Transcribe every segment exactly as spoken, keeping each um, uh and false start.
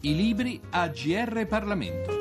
I libri a G R Parlamento.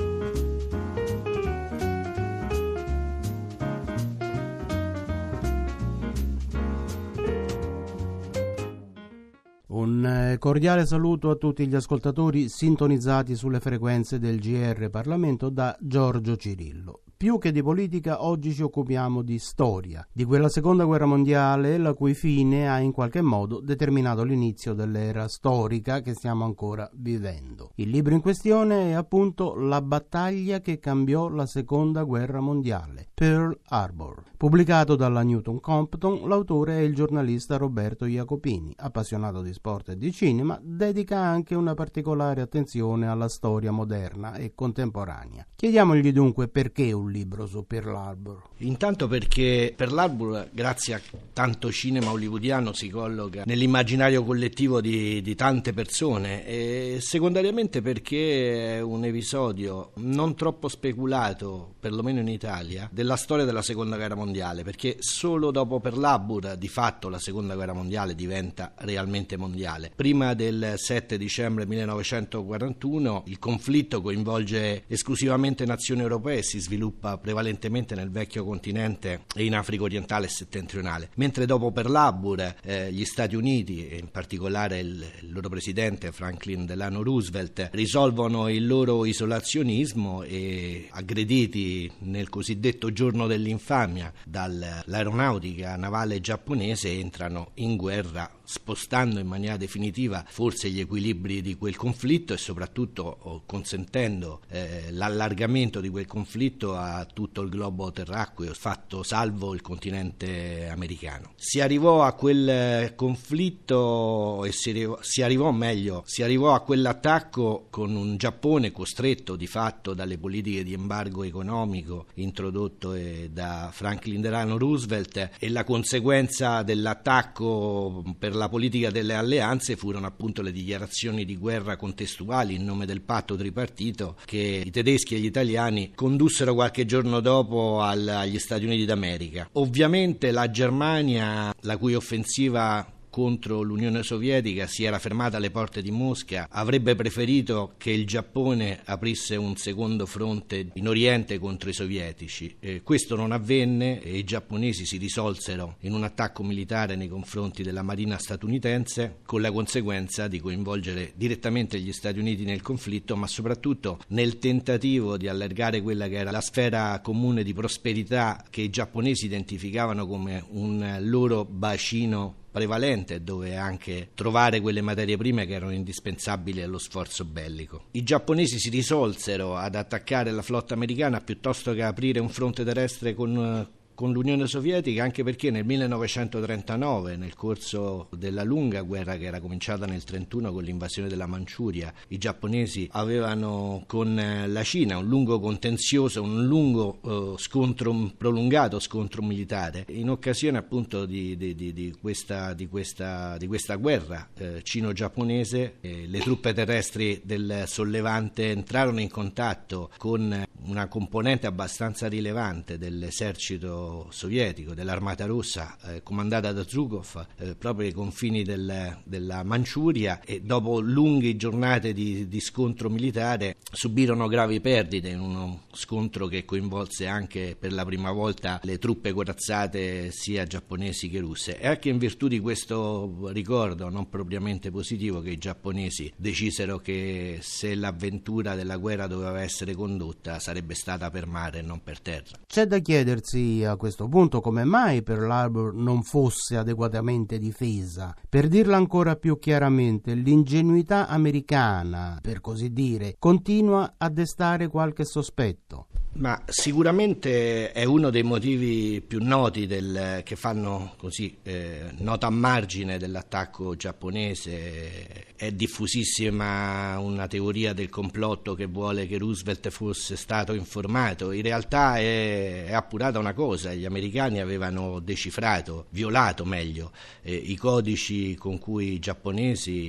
Un cordiale saluto a tutti gli ascoltatori sintonizzati sulle frequenze del G R Parlamento da Giorgio Cirillo. Più che di politica, oggi ci occupiamo di storia, di quella seconda guerra mondiale, la cui fine ha in qualche modo determinato l'inizio dell'era storica che stiamo ancora vivendo. Il libro in questione è appunto La battaglia che cambiò la seconda guerra mondiale, Pearl Harbor. Pubblicato dalla Newton Compton, l'autore è il giornalista Roberto Jacopini, appassionato di sport e di cinema, dedica anche una particolare attenzione alla storia moderna e contemporanea. Chiediamogli dunque perché un libro su Pearl Harbor. Intanto perché Pearl Harbor, grazie a tanto cinema hollywoodiano, si colloca nell'immaginario collettivo di, di tante persone, e secondariamente perché è un episodio non troppo speculato, perlomeno in Italia, della storia della seconda guerra mondiale, perché solo dopo Pearl Harbor di fatto la seconda guerra mondiale diventa realmente mondiale. Prima del sette dicembre millenovecentoquarantuno il conflitto coinvolge esclusivamente nazioni europee e si sviluppa prevalentemente nel vecchio continente e in Africa orientale e settentrionale, mentre dopo Pearl Harbor eh, gli Stati Uniti e in particolare il, il loro presidente Franklin Delano Roosevelt risolvono il loro isolazionismo e, aggrediti nel cosiddetto giorno dell'infamia dall'aeronautica navale giapponese, entrano in guerra spostando in maniera definitiva forse gli equilibri di quel conflitto e soprattutto consentendo eh, l'allargamento di quel conflitto a tutto il globo terracqueo, fatto salvo il continente americano. Si arrivò a quel conflitto e si arrivò, si arrivò meglio, si arrivò a quell'attacco con un Giappone costretto di fatto dalle politiche di embargo economico introdotto eh, da Franklin Delano Roosevelt, e la conseguenza dell'attacco per la politica delle alleanze furono appunto le dichiarazioni di guerra contestuali in nome del patto tripartito che i tedeschi e gli italiani condussero qualche giorno dopo al, agli Stati Uniti d'America. Ovviamente la Germania, la cui offensiva contro l'Unione Sovietica si era fermata alle porte di Mosca, avrebbe preferito che il Giappone aprisse un secondo fronte in Oriente contro i sovietici. Eh, questo non avvenne e i giapponesi si risolsero in un attacco militare nei confronti della marina statunitense, con la conseguenza di coinvolgere direttamente gli Stati Uniti nel conflitto, ma soprattutto nel tentativo di allargare quella che era la sfera comune di prosperità che i giapponesi identificavano come un loro bacino prevalente, dove anche trovare quelle materie prime che erano indispensabili allo sforzo bellico. I giapponesi si risolsero ad attaccare la flotta americana piuttosto che aprire un fronte terrestre con con l'Unione Sovietica, anche perché nel millenovecentotrentanove, nel corso della lunga guerra che era cominciata nel trentuno con l'invasione della Manciuria, i giapponesi avevano con la Cina un lungo contenzioso, un lungo eh, scontro, un prolungato scontro militare. In occasione appunto di, di, di, di, questa, di, questa, di questa guerra eh, cino-giapponese, eh, le truppe terrestri del sollevante entrarono in contatto con una componente abbastanza rilevante dell'esercito sovietico, dell'Armata Rossa, eh, comandata da Zhukov, eh, proprio ai confini del, della Manciuria, e dopo lunghe giornate di, di scontro militare subirono gravi perdite in uno scontro che coinvolse anche per la prima volta le truppe corazzate sia giapponesi che russe. È anche in virtù di questo ricordo non propriamente positivo che i giapponesi decisero che se l'avventura della guerra doveva essere condotta sarebbe stata per mare e non per terra. C'è da chiedersi a questo punto come mai Pearl Harbor non fosse adeguatamente difesa. Per dirla ancora più chiaramente, l'ingenuità americana, per così dire, continua a destare qualche sospetto. Ma sicuramente è uno dei motivi più noti del, che fanno così eh, nota a margine dell'attacco giapponese. È diffusissima una teoria del complotto che vuole che Roosevelt fosse stato informato. In realtà è, è appurata una cosa: gli americani avevano decifrato, violato meglio, eh, i codici con cui i giapponesi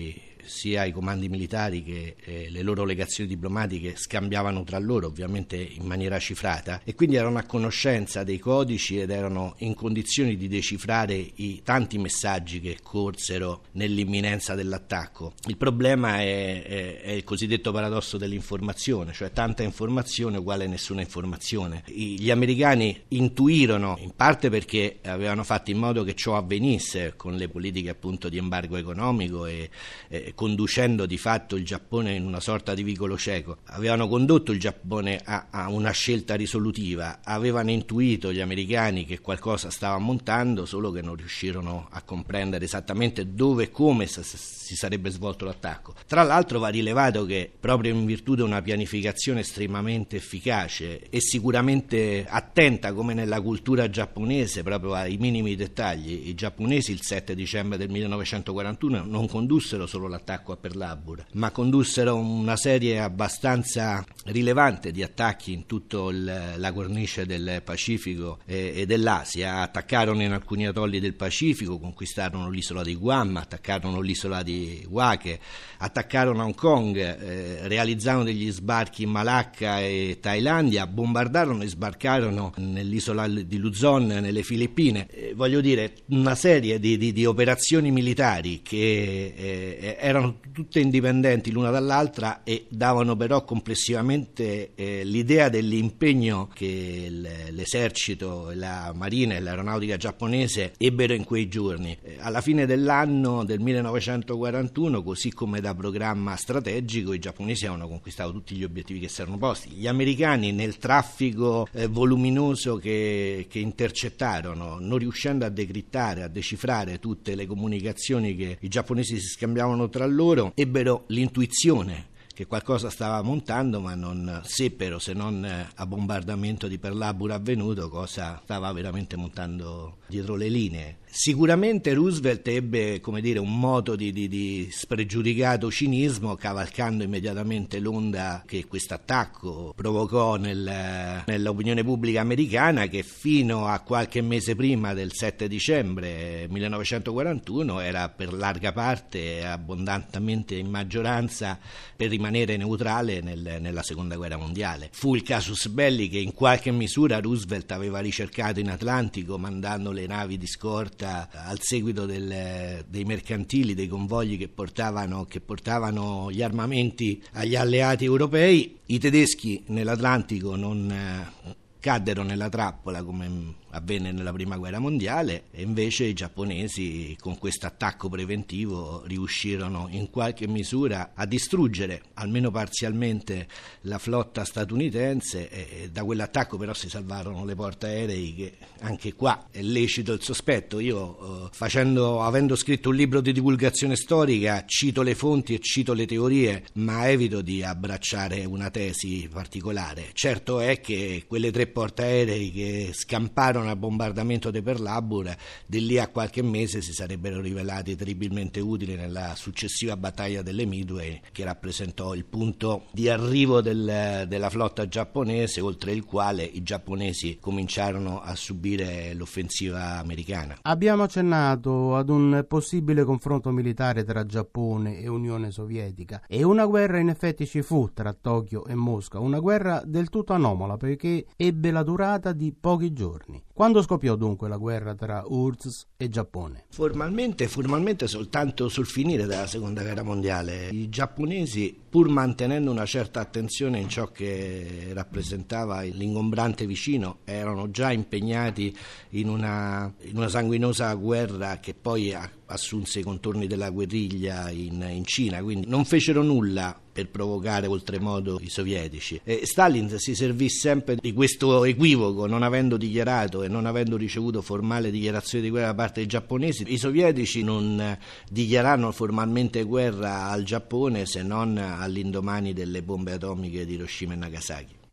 sia i comandi militari che eh, le loro legazioni diplomatiche scambiavano tra loro, ovviamente in maniera cifrata, e quindi erano a conoscenza dei codici ed erano in condizioni di decifrare i tanti messaggi che corsero nell'imminenza dell'attacco. Il problema è, è, è il cosiddetto paradosso dell'informazione, cioè tanta informazione uguale nessuna informazione. I, gli americani intuirono, in parte perché avevano fatto in modo che ciò avvenisse con le politiche appunto di embargo economico e eh, conducendo di fatto il Giappone in una sorta di vicolo cieco, avevano condotto il Giappone a, a una scelta risolutiva, avevano intuito gli americani che qualcosa stava montando, solo che non riuscirono a comprendere esattamente dove e come si sarebbe svolto l'attacco. Tra l'altro va rilevato che proprio in virtù di una pianificazione estremamente efficace e sicuramente attenta come nella cultura giapponese proprio ai minimi dettagli, i giapponesi il sette dicembre del millenovecentoquarantuno non condussero solo l'attacco a Pearl Harbor, ma condussero una serie abbastanza rilevante di attacchi in tutto il, la cornice del Pacifico e, e dell'Asia. Attaccarono in alcuni atolli del Pacifico, conquistarono l'isola di Guam, attaccarono l'isola di Wake, attaccarono Hong Kong, eh, realizzarono degli sbarchi in Malacca e Thailandia, bombardarono e sbarcarono nell'isola di Luzon, nelle Filippine. Eh, voglio dire, una serie di, di, di operazioni militari che eh, erano tutte indipendenti l'una dall'altra e davano però complessivamente eh, l'idea dell'impegno che l'esercito, la marina e l'aeronautica giapponese ebbero in quei giorni. Eh, alla fine dell'anno del millenovecentoquarantuno, così come da programma strategico, i giapponesi avevano conquistato tutti gli obiettivi che si erano posti. Gli americani nel traffico eh, voluminoso che, che intercettarono, non riuscendo a decrittare, a decifrare tutte le comunicazioni che i giapponesi si scambiavano tra loro, ebbero l'intuizione che qualcosa stava montando, ma non seppero, se non a bombardamento di Pearl Harbor avvenuto, cosa stava veramente montando dietro le linee. Sicuramente Roosevelt ebbe, come dire, un moto di, di, di spregiudicato cinismo, cavalcando immediatamente l'onda che questo attacco provocò nel, nell'opinione pubblica americana, che fino a qualche mese prima del sette dicembre millenovecentoquarantuno era per larga parte abbondantemente in maggioranza per rimanere neutrale nel, nella seconda guerra mondiale. Fu il casus belli che in qualche misura Roosevelt aveva ricercato in Atlantico, mandando le navi di scorta al seguito del, dei mercantili, dei convogli che portavano, che portavano gli armamenti agli alleati europei. I tedeschi nell'Atlantico non eh, caddero nella trappola come avvenne nella prima guerra mondiale, e invece i giapponesi con questo attacco preventivo riuscirono in qualche misura a distruggere almeno parzialmente la flotta statunitense, e da quell'attacco però si salvarono le portaerei, che anche qua è lecito il sospetto. Io eh, facendo, avendo scritto un libro di divulgazione storica, cito le fonti e cito le teorie, ma evito di abbracciare una tesi particolare. Certo è che quelle tre portaerei che scamparono al bombardamento di Pearl Harbor, di lì a qualche mese si sarebbero rivelati terribilmente utili nella successiva battaglia delle Midway, che rappresentò il punto di arrivo del, della flotta giapponese, oltre il quale i giapponesi cominciarono a subire l'offensiva americana. Abbiamo accennato ad un possibile confronto militare tra Giappone e Unione Sovietica, e una guerra in effetti ci fu tra Tokyo e Mosca, una guerra del tutto anomala perché ebbe la durata di pochi giorni. Quando scoppiò dunque la guerra tra U R S S e Giappone? Formalmente, formalmente soltanto sul finire della seconda guerra mondiale. I giapponesi, pur mantenendo una certa attenzione in ciò che rappresentava l'ingombrante vicino, erano già impegnati in una, in una sanguinosa guerra che poi assunse i contorni della guerriglia in, in Cina, quindi non fecero nulla per provocare oltremodo i sovietici. E Stalin si servì sempre di questo equivoco, non avendo dichiarato e non avendo ricevuto formale dichiarazione di guerra da parte dei giapponesi. I sovietici non dichiararono formalmente guerra al Giappone se non all'indomani delle bombe atomiche di Hiroshima e Nagasaki.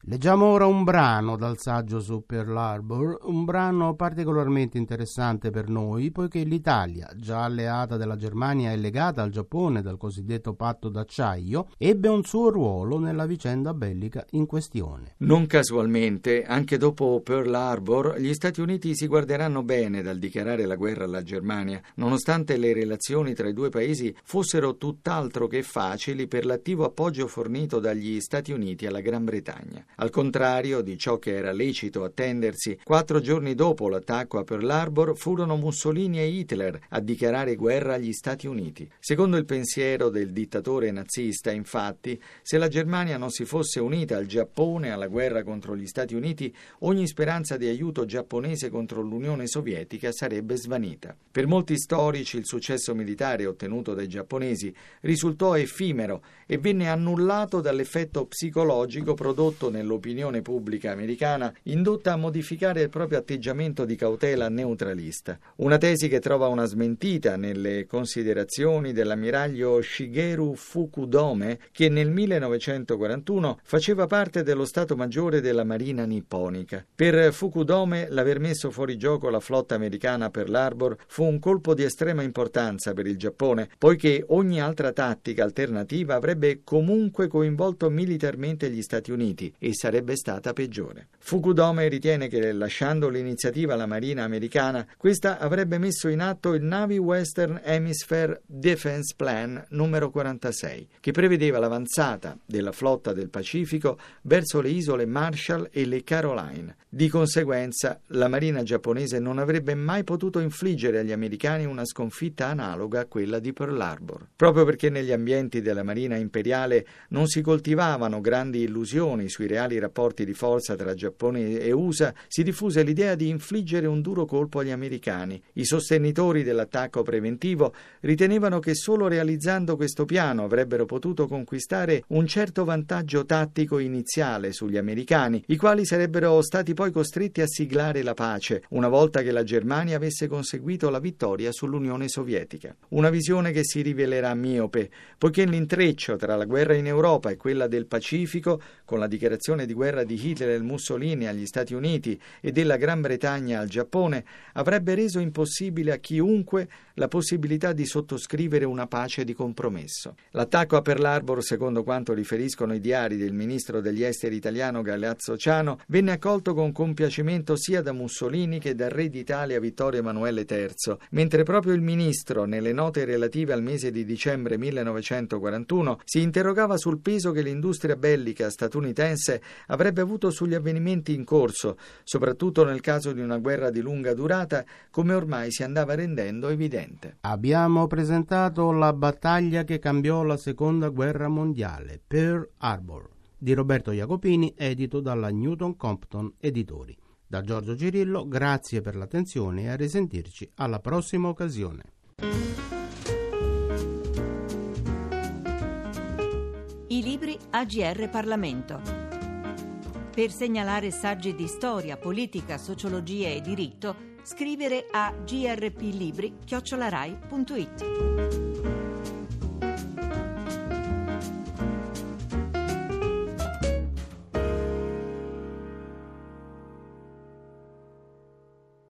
Leggiamo ora un brano dal saggio su Pearl Harbor, un brano particolarmente interessante per noi poiché l'Italia, già alleata della Germania e legata al Giappone dal cosiddetto patto d'acciaio, ebbe un suo ruolo nella vicenda bellica in questione. Non casualmente, anche dopo Pearl Harbor, gli Stati Uniti si guarderanno bene dal dichiarare la guerra alla Germania, nonostante le relazioni tra i due paesi fossero tutt'altro che facili per l'attivo appoggio fornito dagli Stati Uniti alla Gran Bretagna. Al contrario di ciò che era lecito attendersi, quattro giorni dopo l'attacco a Pearl Harbor furono Mussolini e Hitler a dichiarare guerra agli Stati Uniti. Secondo il pensiero del dittatore nazista, infatti, se la Germania non si fosse unita al Giappone alla guerra contro gli Stati Uniti, ogni speranza di aiuto giapponese contro l'Unione Sovietica sarebbe svanita. Per molti storici il successo militare ottenuto dai giapponesi risultò effimero e venne annullato dall'effetto psicologico prodotto nell'opinione pubblica americana, indotta a modificare il proprio atteggiamento di cautela neutralista. Una tesi che trova una smentita nelle considerazioni dell'ammiraglio Shigeru Fukudome, che nel millenovecentoquarantuno faceva parte dello Stato Maggiore della Marina nipponica. Per Fukudome l'aver messo fuori gioco la flotta americana per l'Harbor fu un colpo di estrema importanza per il Giappone, poiché ogni altra tattica alternativa avrebbe comunque coinvolto militarmente gli Stati Uniti e sarebbe stata peggiore. Fukudome ritiene che, lasciando l'iniziativa alla Marina americana, questa avrebbe messo in atto il Navy Western Hemisphere Defense Plan numero quarantasei, che prevedeva l'avanzata della flotta del Pacifico verso le isole Marshall e le Caroline. Di conseguenza, la Marina giapponese non avrebbe mai potuto infliggere agli americani una sconfitta analoga a quella di Pearl Harbor. Proprio perché negli ambienti della Marina imperiale non si coltivavano grandi illusioni sui reali rapporti di forza tra Giappone e U S A, si diffuse l'idea di infliggere un duro colpo agli americani. I sostenitori dell'attacco preventivo ritenevano che solo realizzando questo piano avrebbero potuto conquistare un certo vantaggio tattico iniziale sugli americani, i quali sarebbero stati poi costretti a siglare la pace una volta che la Germania avesse conseguito la vittoria sull'Unione Sovietica. Una visione che si rivelerà miope, poiché l'intreccio tra la guerra in Europa e quella del Pacifico, con la dichiarazione di guerra di Hitler e Mussolini agli Stati Uniti e della Gran Bretagna al Giappone, avrebbe reso impossibile a chiunque la possibilità di sottoscrivere una pace di compromesso. L'attacco a Pearl Harbor, secondo quanto riferiscono i diari del ministro degli esteri italiano Galeazzo Ciano, venne accolto con compiacimento sia da Mussolini che dal re d'Italia Vittorio Emanuele terzo, mentre proprio il ministro, nelle note relative al mese di dicembre millenovecentoquarantuno, si interrogava sul peso che l'industria bellica statunitense avrebbe avuto sugli avvenimenti in corso, soprattutto nel caso di una guerra di lunga durata, come ormai si andava rendendo evidente. Abbiamo presentato La battaglia che cambiò la seconda guerra mondiale, Pearl Harbor, di Roberto Jacopini, edito dalla Newton Compton Editori. Da Giorgio Cirillo, grazie per l'attenzione e a risentirci alla prossima occasione. I libri A G R Parlamento. Per segnalare saggi di storia, politica, sociologia e diritto, scrivere a grplibri chiocciola rai punto it.